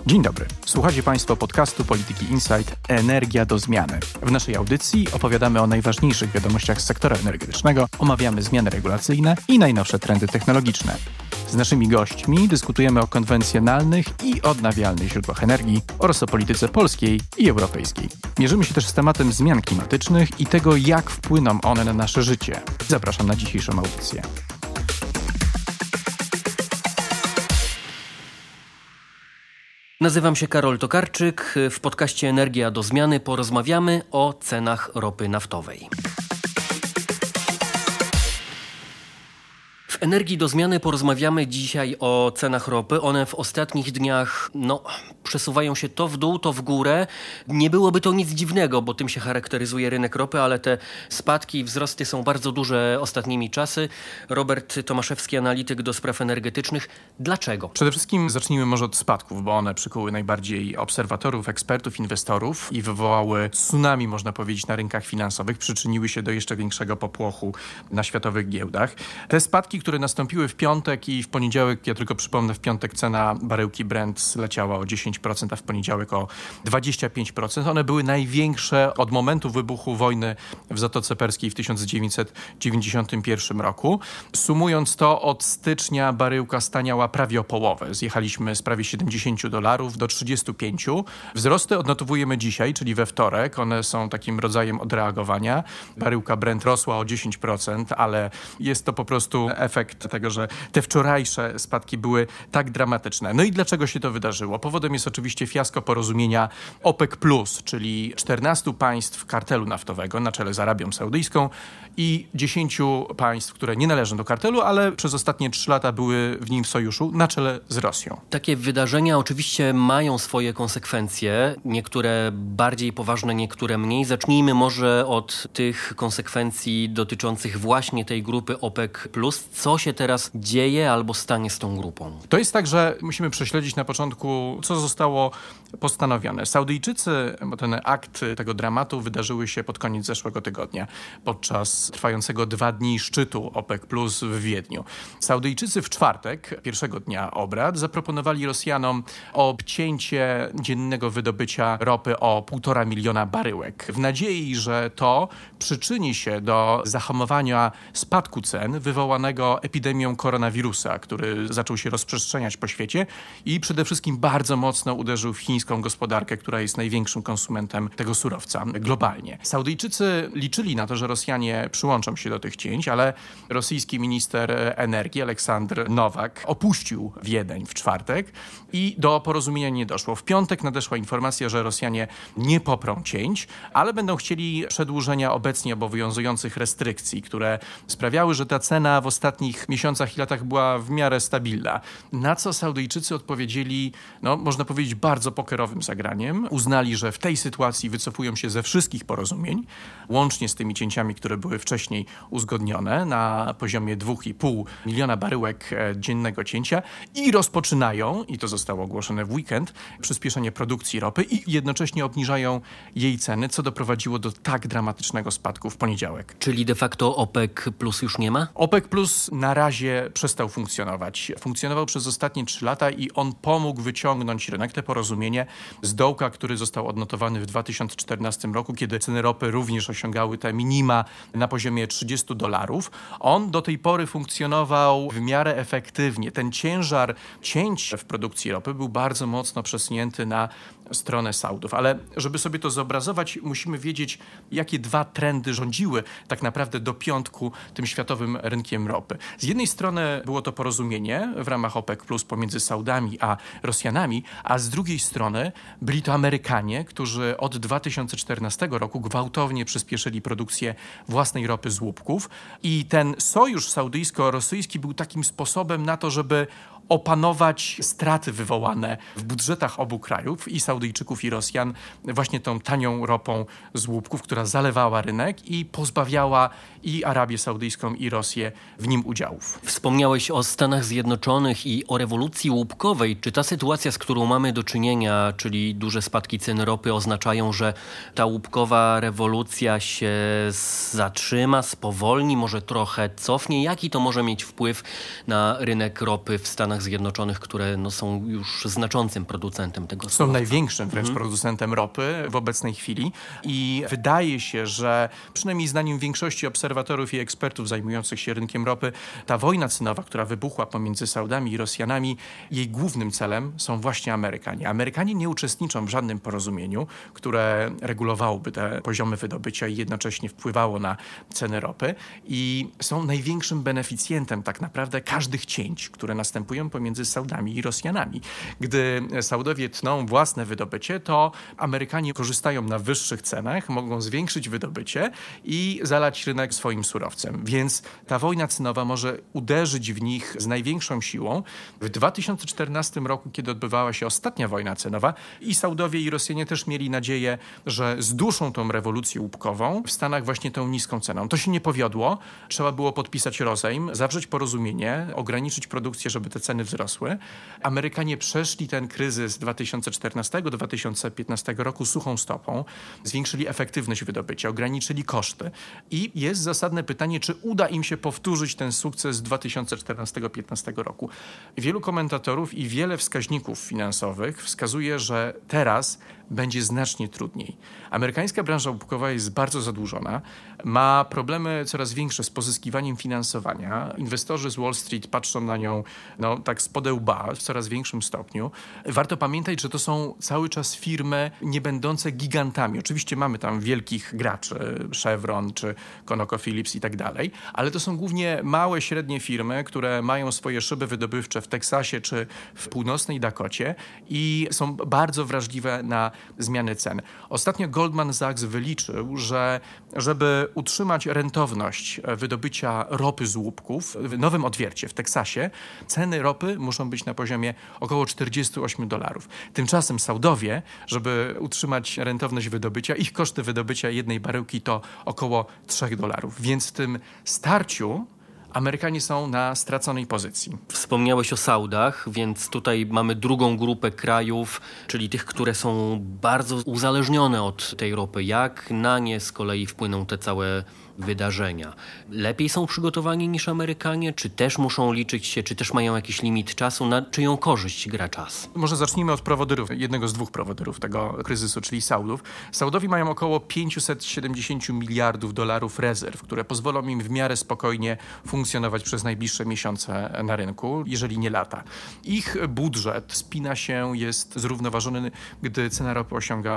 Dzień dobry. Słuchacie Państwo podcastu Polityki Insight Energia do zmiany. W naszej audycji opowiadamy o najważniejszych wiadomościach z sektora energetycznego, omawiamy zmiany regulacyjne i najnowsze trendy technologiczne. Z naszymi gośćmi dyskutujemy o konwencjonalnych i odnawialnych źródłach energii oraz o polityce polskiej i europejskiej. Mierzymy się też z tematem zmian klimatycznych i tego, jak wpłyną one na nasze życie. Zapraszam na dzisiejszą audycję. Nazywam się Karol Tokarczyk. W podcaście Energia do zmiany porozmawiamy o cenach ropy naftowej. W Energii do zmiany porozmawiamy dzisiaj o cenach ropy. One w ostatnich dniach przesuwają się to w dół, to w górę. Nie byłoby to nic dziwnego, bo tym się charakteryzuje rynek ropy, ale te spadki i wzrosty są bardzo duże ostatnimi czasy. Robert Tomaszewski, analityk do spraw energetycznych. Dlaczego? Przede wszystkim zacznijmy może od spadków, bo one przykuły najbardziej obserwatorów, ekspertów, inwestorów i wywołały tsunami, można powiedzieć, na rynkach finansowych. Przyczyniły się do jeszcze większego popłochu na światowych giełdach. Te spadki, które nastąpiły w piątek i w poniedziałek, ja tylko przypomnę, w piątek cena baryłki Brent zleciała o 10%, a w poniedziałek o 25%. One były największe od momentu wybuchu wojny w Zatoce Perskiej w 1991 roku. Sumując to, od stycznia baryłka staniała prawie o połowę. Zjechaliśmy z prawie $70 do 35. Wzrosty odnotowujemy dzisiaj, czyli we wtorek. One są takim rodzajem odreagowania. Baryłka Brent rosła o 10%, ale jest to po prostu efekt tego, że te wczorajsze spadki były tak dramatyczne. No i dlaczego się to wydarzyło? Powodem jest oczywiście fiasko porozumienia OPEC+, czyli 14 państw kartelu naftowego na czele z Arabią Saudyjską i 10 państw, które nie należą do kartelu, ale przez ostatnie 3 lata były w nim w sojuszu na czele z Rosją. Takie wydarzenia oczywiście mają swoje konsekwencje, niektóre bardziej poważne, niektóre mniej. Zacznijmy może od tych konsekwencji dotyczących właśnie tej grupy OPEC+. Co się teraz dzieje albo stanie z tą grupą? To jest tak, że musimy prześledzić na początku, co zostało postanowione. Saudyjczycy, bo ten akt tego dramatu wydarzyły się pod koniec zeszłego tygodnia, podczas trwającego 2 dni szczytu OPEC+ w Wiedniu. Saudyjczycy w czwartek, pierwszego dnia obrad, zaproponowali Rosjanom obcięcie dziennego wydobycia ropy o 1,5 miliona baryłek, w nadziei, że to przyczyni się do zahamowania spadku cen wywołanego epidemią koronawirusa, który zaczął się rozprzestrzeniać po świecie i przede wszystkim bardzo mocno uderzył w chińską gospodarkę, która jest największym konsumentem tego surowca globalnie. Saudyjczycy liczyli na to, że Rosjanie przyłączą się do tych cięć, ale rosyjski minister energii Aleksandr Nowak opuścił Wiedeń w czwartek i do porozumienia nie doszło. W piątek nadeszła informacja, że Rosjanie nie poprą cięć, ale będą chcieli przedłużenia obecnie obowiązujących restrykcji, które sprawiały, że ta cena w ostatnich miesiącach i latach była w miarę stabilna. Na co Saudyjczycy odpowiedzieli, można powiedzieć, bardzo pokerowym zagraniem. Uznali, że w tej sytuacji wycofują się ze wszystkich porozumień, łącznie z tymi cięciami, które były wcześniej uzgodnione na poziomie 2,5 miliona baryłek dziennego cięcia i rozpoczynają, i to zostało ogłoszone w weekend, przyspieszenie produkcji ropy i jednocześnie obniżają jej ceny, co doprowadziło do tak dramatycznego spadku w poniedziałek. Czyli de facto OPEC Plus już nie ma? OPEC Plus na razie przestał funkcjonować. Funkcjonował przez ostatnie 3 lata i on pomógł wyciągnąć rynek, te porozumienie, z dołka, który został odnotowany w 2014 roku, kiedy ceny ropy również osiągały te minima na poziomie $30. On do tej pory funkcjonował w miarę efektywnie. Ten ciężar cięć w produkcji ropy był bardzo mocno przesunięty na stronę Saudów. Ale żeby sobie to zobrazować, musimy wiedzieć, jakie 2 trendy rządziły tak naprawdę do piątku tym światowym rynkiem ropy. Z jednej strony było to porozumienie w ramach OPEC Plus pomiędzy Saudami a Rosjanami, a z drugiej strony byli to Amerykanie, którzy od 2014 roku gwałtownie przyspieszyli produkcję własnej ropy z łupków i ten sojusz saudyjsko-rosyjski był takim sposobem na to, żeby opanować straty wywołane w budżetach obu krajów, i Saudyjczyków, i Rosjan, właśnie tą tanią ropą z łupków, która zalewała rynek i pozbawiała i Arabię Saudyjską, i Rosję w nim udziałów. Wspomniałeś o Stanach Zjednoczonych i o rewolucji łupkowej. Czy ta sytuacja, z którą mamy do czynienia, czyli duże spadki cen ropy, oznaczają, że ta łupkowa rewolucja się zatrzyma, spowolni, może trochę cofnie? Jaki to może mieć wpływ na rynek ropy w Stanach Stanach Zjednoczonych, które są już znaczącym producentem tego surowca. Są największym wręcz producentem ropy w obecnej chwili i wydaje się, że przynajmniej zdaniem większości obserwatorów i ekspertów zajmujących się rynkiem ropy, ta wojna cenowa, która wybuchła pomiędzy Saudami i Rosjanami, jej głównym celem są właśnie Amerykanie. Amerykanie nie uczestniczą w żadnym porozumieniu, które regulowałoby te poziomy wydobycia i jednocześnie wpływało na ceny ropy i są największym beneficjentem tak naprawdę każdych cięć, które następują pomiędzy Saudami i Rosjanami. Gdy Saudowie tną własne wydobycie, to Amerykanie korzystają na wyższych cenach, mogą zwiększyć wydobycie i zalać rynek swoim surowcem. Więc ta wojna cenowa może uderzyć w nich z największą siłą. W 2014 roku, kiedy odbywała się ostatnia wojna cenowa, i Saudowie, i Rosjanie też mieli nadzieję, że zduszą tą rewolucję łupkową w Stanach właśnie tą niską ceną. To się nie powiodło. Trzeba było podpisać rozejm, zawrzeć porozumienie, ograniczyć produkcję, żeby te ceny wzrosły. Amerykanie przeszli ten kryzys 2014-2015 roku suchą stopą, zwiększyli efektywność wydobycia, ograniczyli koszty. I jest zasadne pytanie, czy uda im się powtórzyć ten sukces z 2014-2015 roku. Wielu komentatorów i wiele wskaźników finansowych wskazuje, że teraz będzie znacznie trudniej. Amerykańska branża łupkowa jest bardzo zadłużona, ma problemy coraz większe z pozyskiwaniem finansowania. Inwestorzy z Wall Street patrzą na nią tak spod łba w coraz większym stopniu. Warto pamiętać, że to są cały czas firmy nie będące gigantami. Oczywiście mamy tam wielkich graczy, Chevron czy ConocoPhillips i tak dalej, ale to są głównie małe, średnie firmy, które mają swoje szyby wydobywcze w Teksasie czy w północnej Dakocie i są bardzo wrażliwe na zmiany cen. Ostatnio Goldman Sachs wyliczył, że żeby utrzymać rentowność wydobycia ropy z łupków w Nowym Odwiercie w Teksasie, ceny ropy muszą być na poziomie około $48. Tymczasem Saudowie, żeby utrzymać rentowność wydobycia, ich koszty wydobycia jednej baryłki to około $3. Więc w tym starciu Amerykanie są na straconej pozycji. Wspomniałeś o Saudach, więc tutaj mamy drugą grupę krajów, czyli tych, które są bardzo uzależnione od tej ropy. Jak na nie z kolei wpłyną te całe wydarzenia? Lepiej są przygotowani niż Amerykanie? Czy też muszą liczyć się, czy też mają jakiś limit czasu? Na czyją korzyść gra czas? Może zacznijmy od prowodyrów, jednego z dwóch prowodyrów tego kryzysu, czyli Saudów. Saudowie mają około $570 miliardów rezerw, które pozwolą im w miarę spokojnie funkcjonować przez najbliższe miesiące na rynku, jeżeli nie lata. Ich budżet spina się, jest zrównoważony, gdy cena ropy osiąga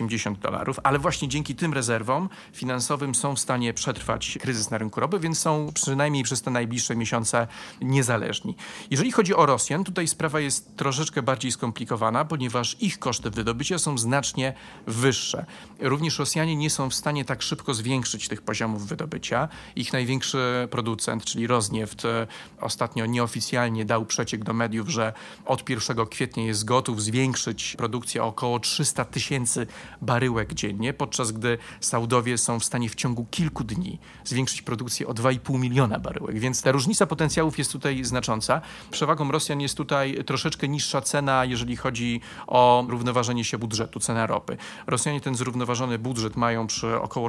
$80, ale właśnie dzięki tym rezerwom finansowym są w stanie przetrwać kryzys na rynku ropy, więc są przynajmniej przez te najbliższe miesiące niezależni. Jeżeli chodzi o Rosjan, tutaj sprawa jest troszeczkę bardziej skomplikowana, ponieważ ich koszty wydobycia są znacznie wyższe. Również Rosjanie nie są w stanie tak szybko zwiększyć tych poziomów wydobycia. Ich największy producent, czyli Rosnieft, ostatnio nieoficjalnie dał przeciek do mediów, że od 1 kwietnia jest gotów zwiększyć produkcję o około 300 000 baryłek dziennie, podczas gdy Saudowie są w stanie w ciągu kilku dni zwiększyć produkcję o 2,5 miliona baryłek, więc ta różnica potencjałów jest tutaj znacząca. Przewagą Rosjan jest tutaj troszeczkę niższa cena, jeżeli chodzi o równoważenie się budżetu, cena ropy. Rosjanie ten zrównoważony budżet mają przy około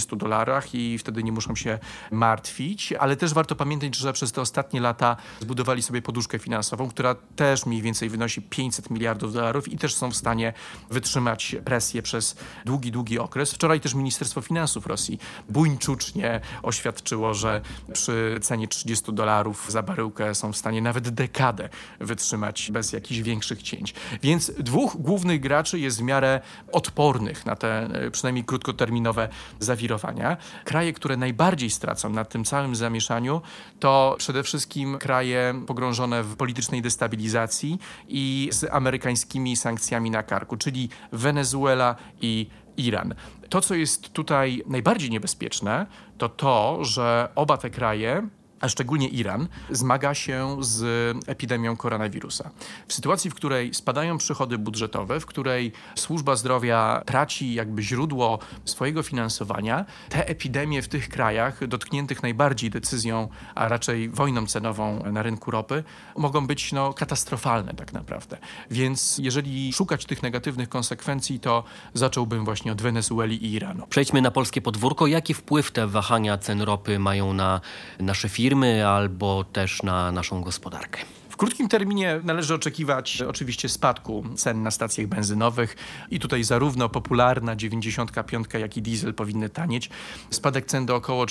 $40 i wtedy nie muszą się martwić, ale też warto pamiętać, że przez te ostatnie lata zbudowali sobie poduszkę finansową, która też mniej więcej wynosi $500 miliardów i też są w stanie wytrzymać presję przez długi okres. Wczoraj też Ministerstwo Finansów Rosji buńczucznie oświadczyło, że przy cenie $30 za baryłkę są w stanie nawet dekadę wytrzymać bez jakichś większych cięć. Więc dwóch głównych graczy jest w miarę odpornych na te przynajmniej krótkoterminowe zawirowania. Kraje, które najbardziej stracą na tym całym zamieszaniu, to przede wszystkim kraje pogrążone w politycznej destabilizacji i z amerykańskimi sankcjami na karku, czyli Wenezuela i Iran. To, co jest tutaj najbardziej niebezpieczne, to to, że oba te kraje, a szczególnie Iran, zmaga się z epidemią koronawirusa. W sytuacji, w której spadają przychody budżetowe, w której służba zdrowia traci jakby źródło swojego finansowania, te epidemie w tych krajach dotkniętych najbardziej decyzją, a raczej wojną cenową na rynku ropy, mogą być katastrofalne tak naprawdę. Więc jeżeli szukać tych negatywnych konsekwencji, to zacząłbym właśnie od Wenezueli i Iranu. Przejdźmy na polskie podwórko. Jaki wpływ te wahania cen ropy mają na nasze firmy albo też na naszą gospodarkę? W krótkim terminie należy oczekiwać oczywiście spadku cen na stacjach benzynowych i tutaj zarówno popularna 95, jak i diesel powinny tanieć. Spadek cen do około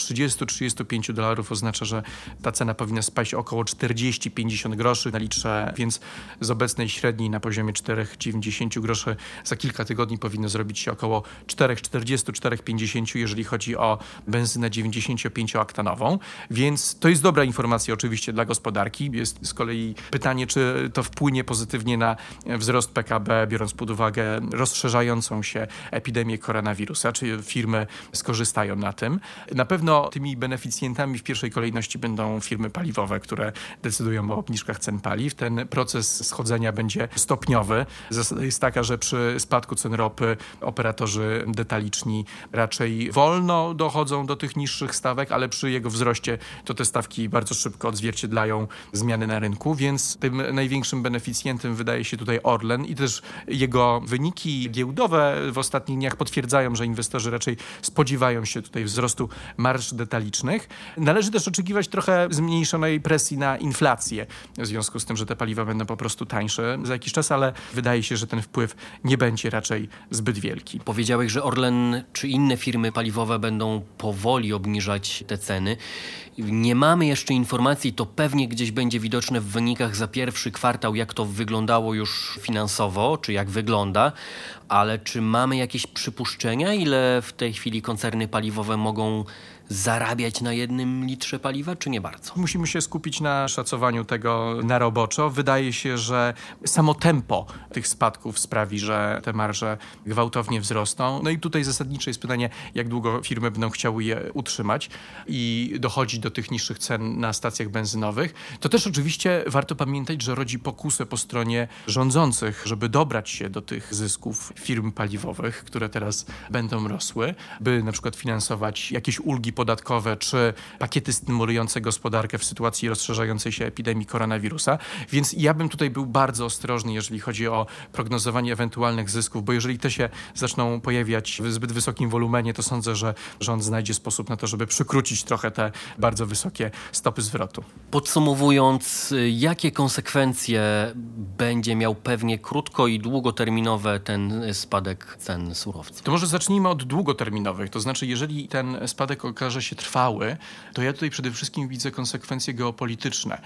$30-35 oznacza, że ta cena powinna spaść około 40-50 groszy na litrze, więc z obecnej średniej na poziomie 4,90 groszy za kilka tygodni powinno zrobić się około 4,40-4,50, jeżeli chodzi o benzynę 95-oktanową, więc to jest dobra informacja oczywiście dla gospodarki. Jest z kolei pytanie, czy to wpłynie pozytywnie na wzrost PKB, biorąc pod uwagę rozszerzającą się epidemię koronawirusa, czy firmy skorzystają na tym. Na pewno tymi beneficjentami w pierwszej kolejności będą firmy paliwowe, które decydują o obniżkach cen paliw. Ten proces schodzenia będzie stopniowy. Zasada jest taka, że przy spadku cen ropy operatorzy detaliczni raczej wolno dochodzą do tych niższych stawek, ale przy jego wzroście to te stawki bardzo szybko odzwierciedlają zmiany na rynku, więc tym największym beneficjentem wydaje się tutaj Orlen i też jego wyniki giełdowe w ostatnich dniach potwierdzają, że inwestorzy raczej spodziewają się tutaj wzrostu marż detalicznych. Należy też oczekiwać trochę zmniejszonej presji na inflację, w związku z tym, że te paliwa będą po prostu tańsze za jakiś czas, ale wydaje się, że ten wpływ nie będzie raczej zbyt wielki. Powiedziałeś, że Orlen czy inne firmy paliwowe będą powoli obniżać te ceny. Nie mamy jeszcze informacji, to pewnie gdzieś będzie widoczne w wynikach za pierwszy kwartał, jak to wyglądało już finansowo, czy jak wygląda, ale czy mamy jakieś przypuszczenia, ile w tej chwili koncerny paliwowe mogą zarabiać na 1 litrze paliwa, czy nie bardzo? Musimy się skupić na szacowaniu tego na roboczo. Wydaje się, że samo tempo tych spadków sprawi, że te marże gwałtownie wzrosną. No i tutaj zasadnicze jest pytanie, jak długo firmy będą chciały je utrzymać i dochodzić do tych niższych cen na stacjach benzynowych. To też oczywiście warto pamiętać, że rodzi pokusę po stronie rządzących, żeby dobrać się do tych zysków firm paliwowych, które teraz będą rosły, by na przykład finansować jakieś ulgi podatkowe czy pakiety stymulujące gospodarkę w sytuacji rozszerzającej się epidemii koronawirusa. Więc ja bym tutaj był bardzo ostrożny, jeżeli chodzi o prognozowanie ewentualnych zysków, bo jeżeli te się zaczną pojawiać w zbyt wysokim wolumenie, to sądzę, że rząd znajdzie sposób na to, żeby przykrócić trochę te bardzo wysokie stopy zwrotu. Podsumowując, jakie konsekwencje będzie miał pewnie krótko- i długoterminowe ten spadek cen surowców? To może zacznijmy od długoterminowych. To znaczy, jeżeli ten spadek okaże się trwały, to ja tutaj przede wszystkim widzę konsekwencje geopolityczne.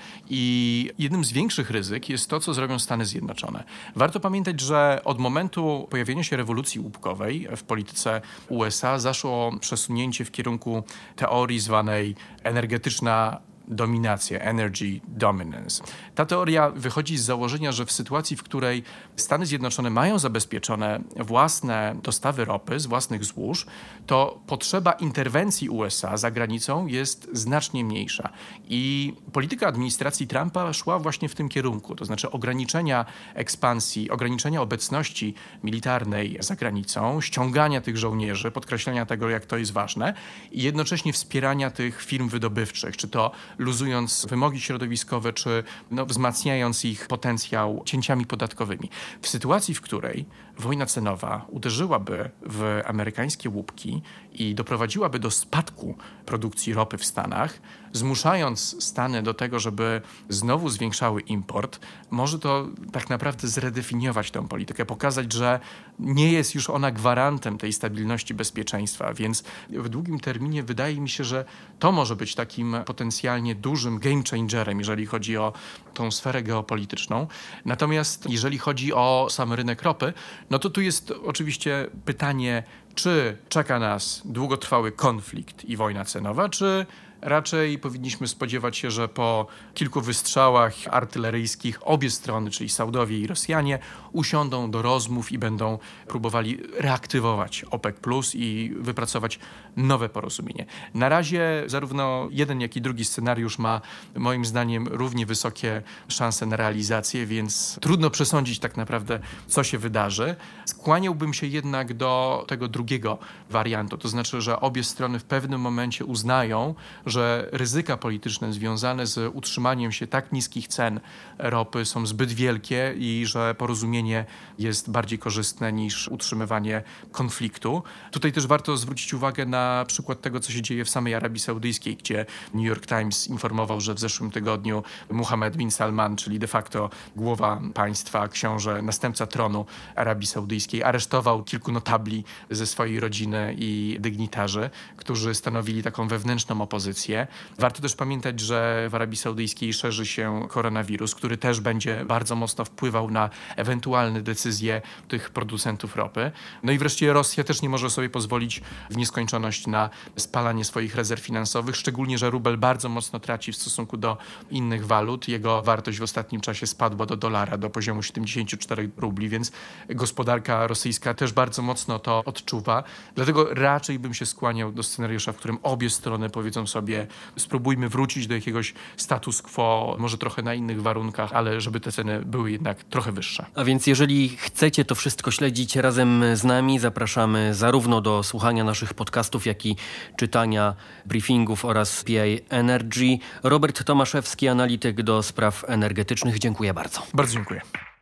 I jednym z większych ryzyk jest to, co zrobią Stany Zjednoczone. Warto pamiętać, że od momentu pojawienia się rewolucji łupkowej w polityce USA zaszło przesunięcie w kierunku teorii zwanej energetyczna dominacja, energy dominance. Ta teoria wychodzi z założenia, że w sytuacji, w której Stany Zjednoczone mają zabezpieczone własne dostawy ropy z własnych złóż, to potrzeba interwencji USA za granicą jest znacznie mniejsza. I polityka administracji Trumpa szła właśnie w tym kierunku, to znaczy ograniczenia ekspansji, ograniczenia obecności militarnej za granicą, ściągania tych żołnierzy, podkreślenia tego, jak to jest ważne i jednocześnie wspierania tych firm wydobywczych, czy to luzując wymogi środowiskowe, czy wzmacniając ich potencjał cięciami podatkowymi. W sytuacji, w której wojna cenowa uderzyłaby w amerykańskie łupki i doprowadziłaby do spadku produkcji ropy w Stanach, zmuszając Stany do tego, żeby znowu zwiększały import, może to tak naprawdę zredefiniować tę politykę, pokazać, że nie jest już ona gwarantem tej stabilności bezpieczeństwa, więc w długim terminie wydaje mi się, że to może być takim potencjalnie dużym game changerem, jeżeli chodzi o tą sferę geopolityczną. Natomiast jeżeli chodzi o sam rynek ropy, no to tu jest oczywiście pytanie, czy czeka nas długotrwały konflikt i wojna cenowa, czy raczej powinniśmy spodziewać się, że po kilku wystrzałach artyleryjskich obie strony, czyli Saudowie i Rosjanie, usiądą do rozmów i będą próbowali reaktywować OPEC Plus i wypracować nowe porozumienie. Na razie zarówno jeden, jak i drugi scenariusz ma moim zdaniem równie wysokie szanse na realizację, więc trudno przesądzić tak naprawdę, co się wydarzy. Skłaniałbym się jednak do tego drugiego drugiego wariantu. To znaczy, że obie strony w pewnym momencie uznają, że ryzyka polityczne związane z utrzymaniem się tak niskich cen ropy są zbyt wielkie i że porozumienie jest bardziej korzystne niż utrzymywanie konfliktu. Tutaj też warto zwrócić uwagę na przykład tego, co się dzieje w samej Arabii Saudyjskiej, gdzie New York Times informował, że w zeszłym tygodniu Mohammed bin Salman, czyli de facto głowa państwa, książę, następca tronu Arabii Saudyjskiej, aresztował kilku notabli ze swojej rodziny i dygnitarzy, którzy stanowili taką wewnętrzną opozycję. Warto też pamiętać, że w Arabii Saudyjskiej szerzy się koronawirus, który też będzie bardzo mocno wpływał na ewentualne decyzje tych producentów ropy. No i wreszcie Rosja też nie może sobie pozwolić w nieskończoność na spalanie swoich rezerw finansowych, szczególnie, że rubel bardzo mocno traci w stosunku do innych walut. Jego wartość w ostatnim czasie spadła do dolara, do poziomu 74 rubli, więc gospodarka rosyjska też bardzo mocno to odczuwa. Dlatego raczej bym się skłaniał do scenariusza, w którym obie strony powiedzą sobie, spróbujmy wrócić do jakiegoś status quo, może trochę na innych warunkach, ale żeby te ceny były jednak trochę wyższe. A więc jeżeli chcecie to wszystko śledzić razem z nami, zapraszamy zarówno do słuchania naszych podcastów, jak i czytania briefingów oraz PI Energy. Robert Tomaszewski, analityk do spraw energetycznych. Dziękuję bardzo. Bardzo dziękuję.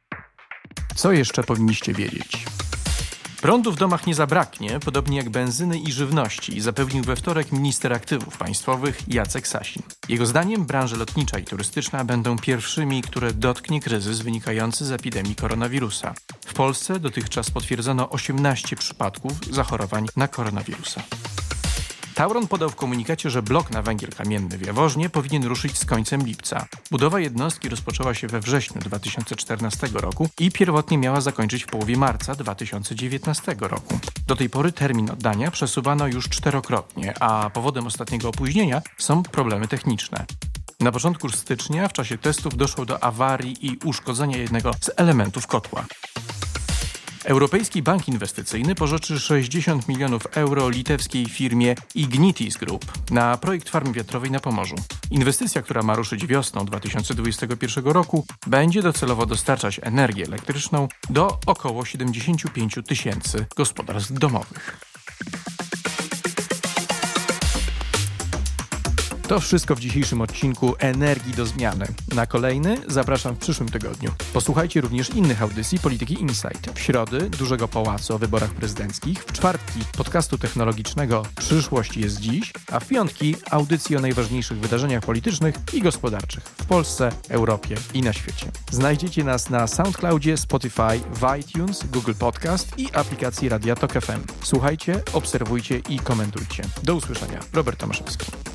Co jeszcze powinniście wiedzieć? Prądu w domach nie zabraknie, podobnie jak benzyny i żywności, zapewnił we wtorek minister aktywów państwowych Jacek Sasin. Jego zdaniem branża lotnicza i turystyczna będą pierwszymi, które dotknie kryzys wynikający z epidemii koronawirusa. W Polsce dotychczas potwierdzono 18 przypadków zachorowań na koronawirusa. Tauron podał w komunikacie, że blok na węgiel kamienny w Jaworznie powinien ruszyć z końcem lipca. Budowa jednostki rozpoczęła się we wrześniu 2014 roku i pierwotnie miała zakończyć w połowie marca 2019 roku. Do tej pory termin oddania przesuwano już 4-krotnie, a powodem ostatniego opóźnienia są problemy techniczne. Na początku stycznia w czasie testów doszło do awarii i uszkodzenia jednego z elementów kotła. Europejski Bank Inwestycyjny pożyczy 60 milionów euro litewskiej firmie Ignitis Group na projekt farmy wiatrowej na Pomorzu. Inwestycja, która ma ruszyć wiosną 2021 roku, będzie docelowo dostarczać energię elektryczną do około 75 000 gospodarstw domowych. To wszystko w dzisiejszym odcinku Energii do Zmiany. Na kolejny zapraszam w przyszłym tygodniu. Posłuchajcie również innych audycji Polityki Insight. W środy Dużego Pałacu o wyborach prezydenckich, w czwartki podcastu technologicznego Przyszłość jest dziś, a w piątki audycji o najważniejszych wydarzeniach politycznych i gospodarczych w Polsce, Europie i na świecie. Znajdziecie nas na SoundCloudzie, Spotify, w iTunes, Google Podcast i aplikacji Radia Tok FM. Słuchajcie, obserwujcie i komentujcie. Do usłyszenia. Robert Tomaszewski.